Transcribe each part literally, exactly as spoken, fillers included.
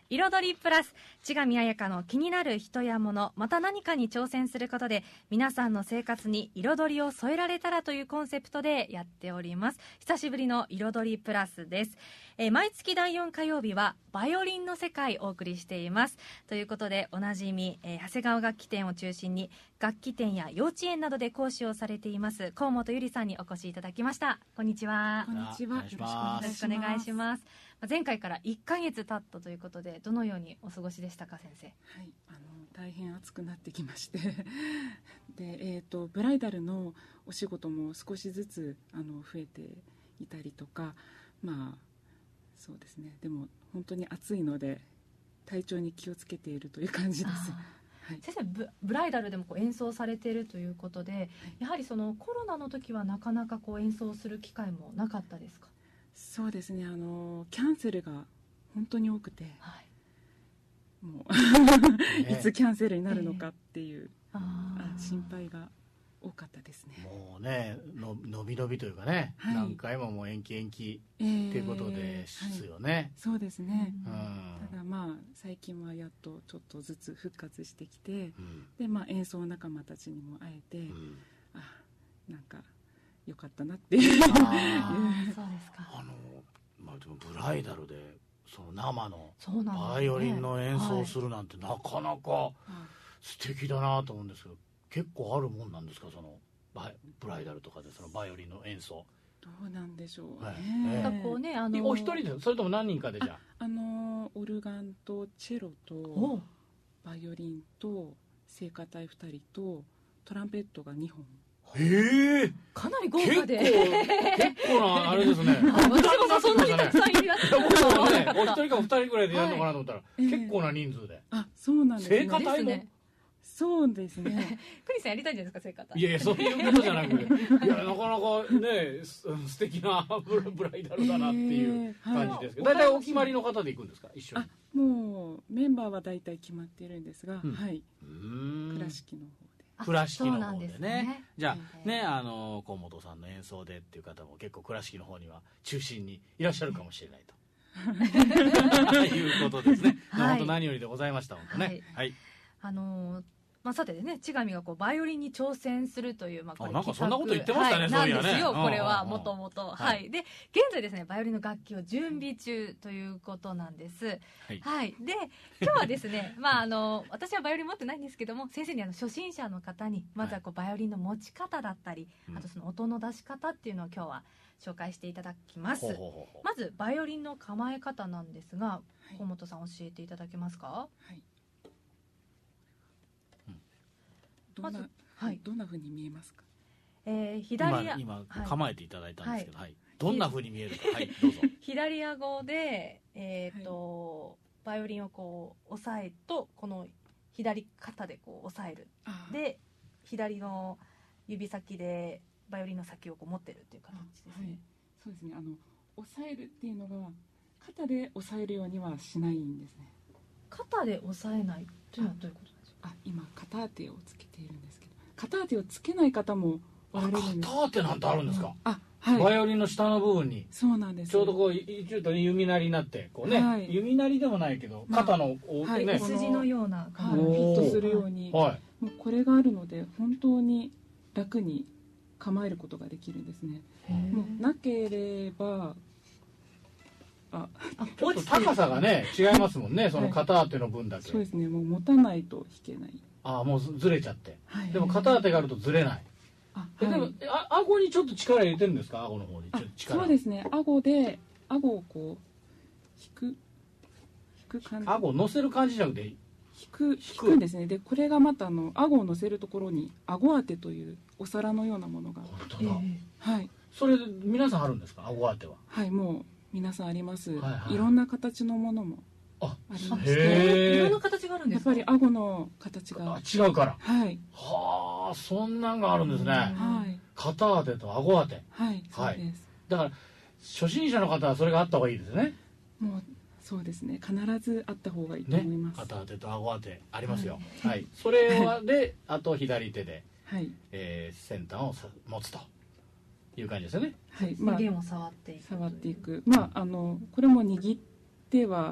彩りプラス、千上彩香の気になる人や物、また何かに挑戦することで皆さんの生活に彩りを添えられたらというコンセプトでやっております。久しぶりの彩りプラスです。えー、毎月だいよん火曜日はバイオリンの世界をお送りしています。ということでおなじみ、えー、長谷川楽器店を中心に楽器店や幼稚園などで講師をされています河本ゆりさんにお越しいただきました。こんにちは。 こんにちは。よろしくよろしくお願いします。前回からいっかげつ経ったということで、どのようにお過ごしでしたか、先生。 はい、あの大変暑くなってきましてで、えーと、ブライダルのお仕事も少しずつあの増えていたりとか、まあそうですね、でも本当に暑いので体調に気をつけているという感じです。はい、 先生 ブ, ブライダルでもこう演奏されているということで、はい、やはりそのコロナの時はなかなかこう演奏する機会もなかったですか？ そうですね、あのキャンセルが本当に多くて、はい、もういつキャンセルになるのかっていう、えー、あ心配が多かったですね。もうねの伸び伸びというかね、はい、何回ももう延期延期っていうことですよね。 はい、そうですね、 うん、 ただまあ最近はやっとちょっとずつ復活してきて、うん、でまあ演奏仲間たちにも会えて、うん、あなんかよかったなっていうあそうですか。 あの、まあ、でもブライダルでその生のバイオリンの演奏するなんてなかなか素敵だなと思うんですけど、結構あるもんなんですか、そのバイブライダルとかでそのバイオリンの演奏。 どうなんでしょうね、 はいえー、こうね、あのー、 お一人でそれとも何人かでじゃあ、 あ、あのー、オルガンとチェロとバイオリンと聖歌隊ふたりとトランペットがにほん。 へえ、 かなり豪華で結構なあれですね。 私もそんなにたくさんいらっしゃる僕はね、お一人かお二人ぐらいでやるのかなと思ったら、はい、結構な人数で、えー、 あ、そうなんですね。 聖歌隊のそうですね。 クリスさんやりたいんじゃないですか、聖歌隊。 いやいや、そういうことじゃなくて、いや、なかなかね、素敵なブライダルだなっていう感じですけど、大体、えーはい、お決まりの方で行くんですか、一緒に。 あ、もうメンバーは大体決まっているんですが、うん、はい、倉敷の方で。 倉敷の方で ね, でね。じゃあね、あの河本さんの演奏でっていう方も結構倉敷の方には中心にいらっしゃるかもしれないということですね。はい、本当何よりでございました。本当ね。はい。はい、 あのーまあ、さてでね、千上がこうバイオリンに挑戦するという、まあ、これあなんかそんなこと言ってましたね、 はい、 そういやね。 なんですよ、これはもともと。はい。で、現在ですね、バイオリンの楽器を準備中ということなんです。はい。はい、で、今日はですね、まあ、あの、私はバイオリン持ってないんですけども、先生にあの初心者の方に、まずはこうバイオリンの持ち方だったり、はい、あとその音の出し方っていうのを今日は紹介していただきます。ほうほうほうほう。まず、バイオリンの構え方なんですが、河本さん教えていただけますか？はい。 どんな、はい、どんな風に見えますか？ えー、左今、今構えていただいたんですけど、はいはい、どんな風に見えるか、はい、どうぞ。 左顎で、えーとはい、バイオリンをこう押さえとこの左肩でこう押さえる。で、左の指先でバイオリンの先をこう持ってるっていう形ですね。はい、 そうですね。あの押さえるっていうのが肩で押さえるようにはしないんですね。 肩で押さえないというのはどういうこと？ あ、今肩当てをつけているんですけど、肩当てをつけない方もおられるんです。 肩当てなんてあるんですか？ あ、はい。 バイオリンの下の部分に。 そうなんです。 ちょうどこうちょっと弓なりになってこうね、はい、弓なりでもないけど、まあ、肩の大きいね、筋のような感じ、はい、フィットするように、はい、もうこれがあるので本当に楽に構えることができるんですね。もうなければ。 あ、ちょっと高さがね違いますもんね、その肩当ての分だけ、はい、 そうですね、もう持たないと弾けない。 ああ、もうずれちゃって、はい、でも肩当てがあるとずれない。あ、え、はい、でもあ顎にちょっと力入れてるんですか？顎の方にちょっと力。 そうですね、顎で顎をこう引く引く感じ。 顎を乗せる感じじゃなくて引く引くんですね。でこれがまたあの顎を乗せるところに顎当てというお皿のようなものが。 本当だ、えー、 はい。 それ皆さんあるんですか？顎当ては。 はい、もう皆さんあります、はいはい、いろんな形のものもありまして、いろんな形があるんですか？ やっぱり顎の形が違うから。 はい。 はあ、そんなんがあるんですね。はい。肩当てと顎当て。 はい、そうです。 だから初心者の方はそれがあった方がいいですね。 もうそうですね、必ずあった方がいいと思います。 ね、肩当てと顎当てありますよ。はい。はい、それはで、あと左手で、はい、えー、先端を持つと。いう感じですよね。 はい、まあ、弦を触っていく。 触っていく。まああのこれも握っては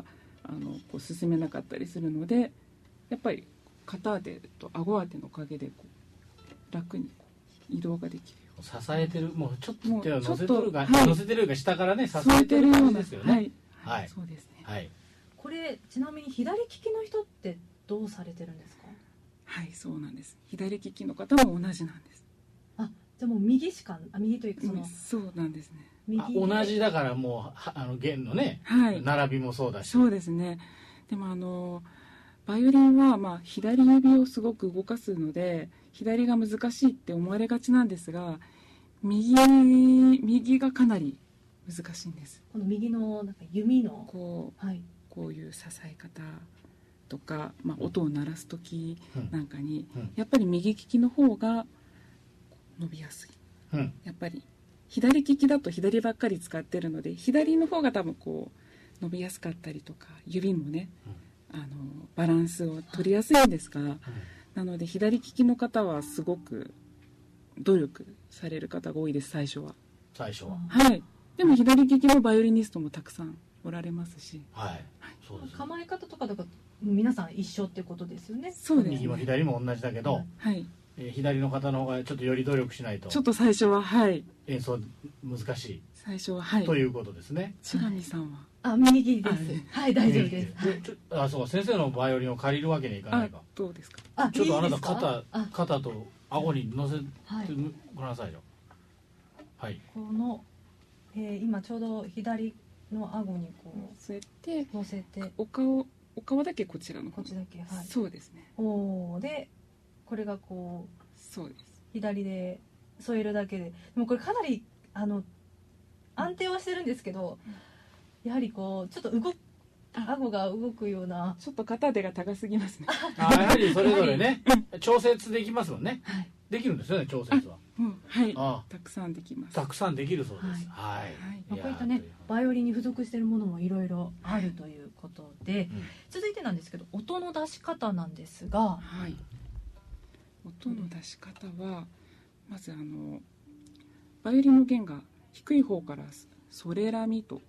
あのこう進めなかったりするので、やっぱり肩当てと顎当てのおかげでこう楽にこう移動ができる。 支えてる、もうちょっと手を乗せてるか、 はい、 乗せてるか下からね支えてる感じですよね。 はい、はいはい、そうですね。 はい。 これちなみに左利きの人ってどうされてるんですか？ はい、そうなんです。左利きの方も同じなんです。 あ、じゃあもう右しか、あ、右というかその、 そうなんですね。 あ、同じだからもうあの弦のね、 はい、 並びもそうだし。 そうですね。でもあのバイオリンはまあ左指をすごく動かすので左が難しいって思われがちなんですが、右右がかなり難しいんです。 この右のなんか弓のこう、 はい、 こういう支え方とか、まあ、音を鳴らす時なんかに、うん、やっぱり右利きの方が伸びやすい、うん、やっぱり左利きだと左ばっかり使ってるので左の方が多分こう伸びやすかったりとか指もね、うん、あのバランスを取りやすいんですが、うん、なので左利きの方はすごく努力される方が多いです。最初は最初ははい。でも左利きのバイオリニストもたくさんおられますし、 はい、そうですね、 構え方とかだから皆さん一緒ってことですよね。 そうですね。 右も左も同じだけど、 はい、 えー、左の方の方がちょっとより努力しないとちょっと最初ははい演奏難しい最初ははいということですね。 千上さんは、 あ、右です。はい、大丈夫です。 あ、そう、先生のバイオリンを借りるわけにはいかないか。 どうですか。 あ、 ちょっとあなた肩肩と顎に乗せてごらんなさいよ。はい。 この、えー、今ちょうど左の顎にこう添えて乗せて、 お顔お顔だけこちらのこっちだけ、はい、 そうですね。 おー、でこれがこうそうです。 左で添えるだけで、でもこれかなりあの安定はしてるんですけど、やはりこうちょっと動く顎が動くような、 ちょっと片手が高すぎますね。 あ、やはりそれぞれね調節できますもんね。はい、できるんですよね、調節は。 うん、はい、ああたくさんできます。 たくさんできるそうです。はい、はいまあ、こういったねバイオリンに付属しているものもいろいろあるということで、うん、続いてなんですけど音の出し方なんですが、はい、 音の出し方はまずあのバイオリンの弦が低い方からソレラミと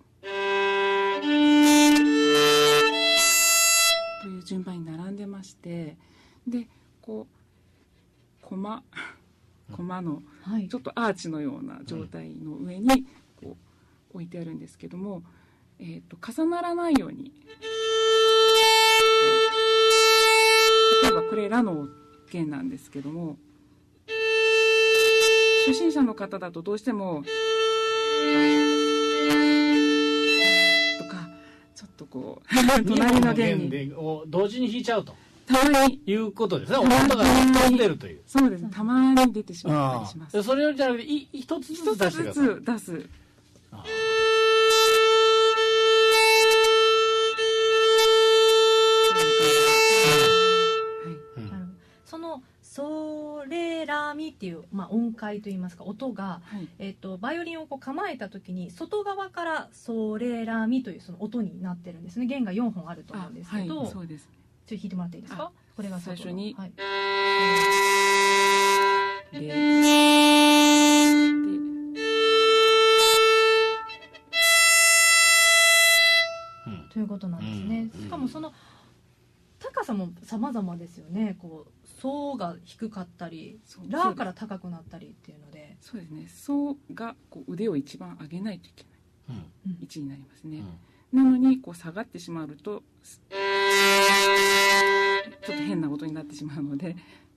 という順番に並んでまして、でこうコマコマのちょっとアーチのような状態の上にこう置いてあるんですけども、えーと重ならないように、例えばこれラの弦なんですけども、初心者の方だとどうしてもとかちょっとこう隣の弦にを同時に弾いちゃうとたまにいうことですね。音が飛んでるという。 そうですね。たまに出てしまったりします。 それよりじゃなくて一つずつ出してください。 一つずつ出す。あそのソレラミっていう、まあ、音階といいますか音が、はい、えー、とバイオリンをこう構えた時に外側からソレラミというその音になってるんですね。弦がよんほんあると思うんですけど、 はい、そうです。 ちょっと弾いてもらっていいですか。これが最初に、はい、ででということなんですね。しかもその高さも様々ですよね。こうソが低かったりラから高くなったりっていうので、 そうですね。ソがこう腕を一番上げないといけない位置になりますね。うん、なのにこう下がってしまうとちょっと変な音になってしまうので、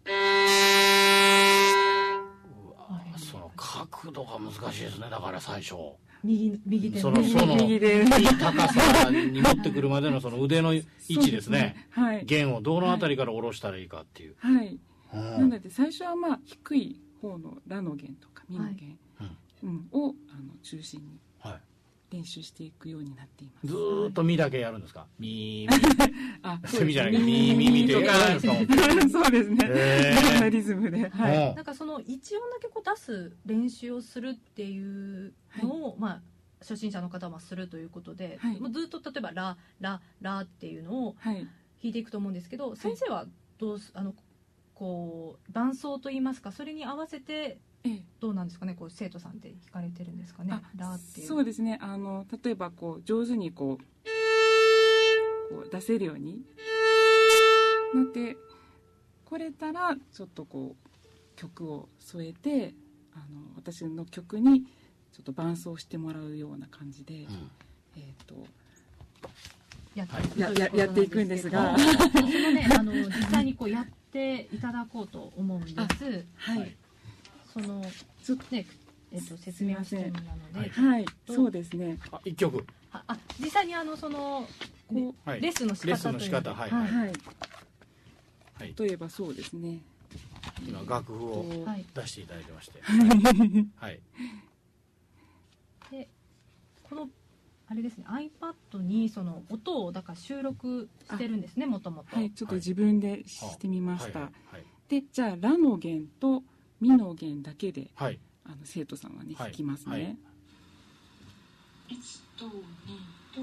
うわ、その角度が難しいですね。だから最初右右手そのそのいい高さに持ってくるまでのその腕の位置ですね。はい、弦をどのあたりから下ろしたらいいかっていう。 はい。うん、なので最初はまあ低い方のラの弦とかミの弦、はい、うん、をあの中心に。はい。練習していくようなっています。 ずーっとミだけやるんですか。ミーミー。あ、ミじゃないか。ミーミーミーってやるんですか。 そうですね。リズムで。はい。 なんかその一音だけこう出す練習をするっていうのを、はい、まあ初心者の方はするということで、はい、ずっと例えばラララっていうのを弾いていくと思うんですけど、はい、先生はどうすあのこう伴奏といいますかそれに合わせて。ええ、どうなんですかね。こう生徒さんって弾かれてるんですかね。ラっていう。 そうですね。あの例えばこう上手にこうこ出せるようになってこれたら、ちょっとこう曲を添えて、あの私の曲にちょっと伴奏してもらうような感じで、うん、えー、とやっていく、 や, や, やっていくんですが、 そのね、あの実際にこうやっていただこうと思うんです。 はい。 そのちょっとね、えっと説明をしてるのなので、 はい、そうですね。 あ、一曲。 あ、あ実際にあのそのこう、はい、レッスンの仕方という。レッスンの仕方、 はいはい。はいはい、例えばそうですね。 今楽譜を出していただいてまして、 はい。で、このあれですね、iPad にその音をだから収録してるんですね、もともと。 はい、ちょっと自分でしてみました。はいはいはい、で、じゃあラの弦とミの弦だけで、はい、あの生徒さんはね、弾きますね。はいはい、いちとにと。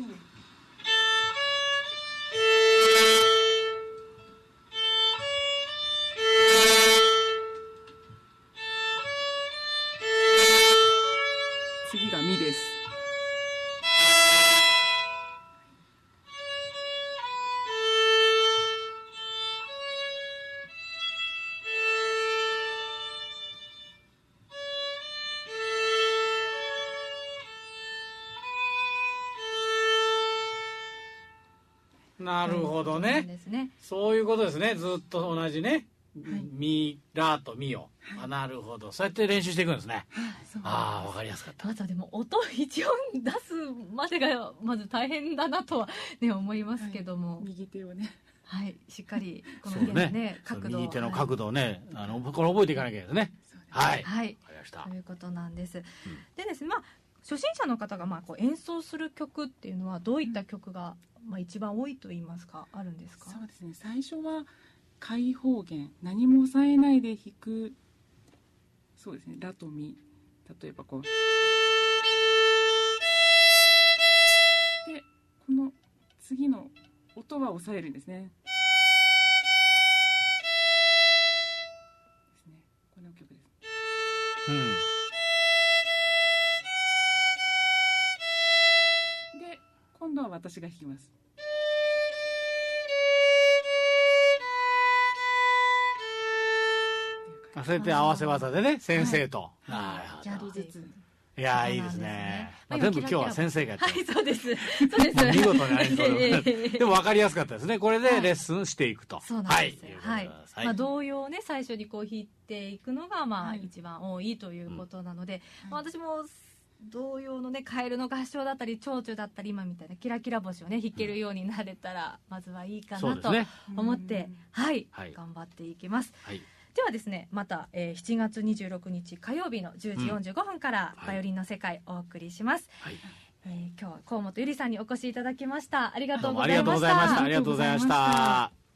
次がミです。 なるほどね。そういうことですね。ずっと同じね。はい、ミラとミを、はい、あ、なるほど。そうやって練習していくんですね。ああ、わかりやすかった。 まずはでも音一音出すまでがまず大変だなとはね思いますけども、はい、 右手をね、 はい、しっかりこの弦のね、ね角度、 右手の角度をね、はい、あのこれ覚えていかなきゃいけないですね。はい、 はい、わかりました。ということなんです。うん、でですね、まあ初心者の方がまあこう演奏する曲っていうのはどういった曲が、まあ一番多いと言いますか、あるんですか。 そうですね。最初は開放弦、何も押さえないで弾く、そうですね、ラとミ、例えばこうで、この次の音は押さえるんですね。ですね、この曲です。うん。で、今度は私が弾きます。 そうやって合わせ技でね、先生と。 はい、ジャリずつ。 いやいいですね。まあ全部今日は先生がやってる。 はい、そうです。そうです。 見事にありそうでも分かりやすかったですね。これでレッスンしていくと。 そうなんです。はい。まあ童謡をね最初にこう弾いていくのがまあ一番多いということなので、私も童謡のねカエルの合唱だったり蝶々だったり今みたいなキラキラ星をね弾けるようになれたらまずはいいかなと思ってはい頑張っていきます。はい。ではですね、また、えー、しちがつにじゅうろくにち火曜日のじゅうじよんじゅうごふんからバイオリンの世界お送りします。はい、えー、今日は河本ゆりさんにお越しいただきました。ありがとうございました。 ありがとうございました。ありがとうございました。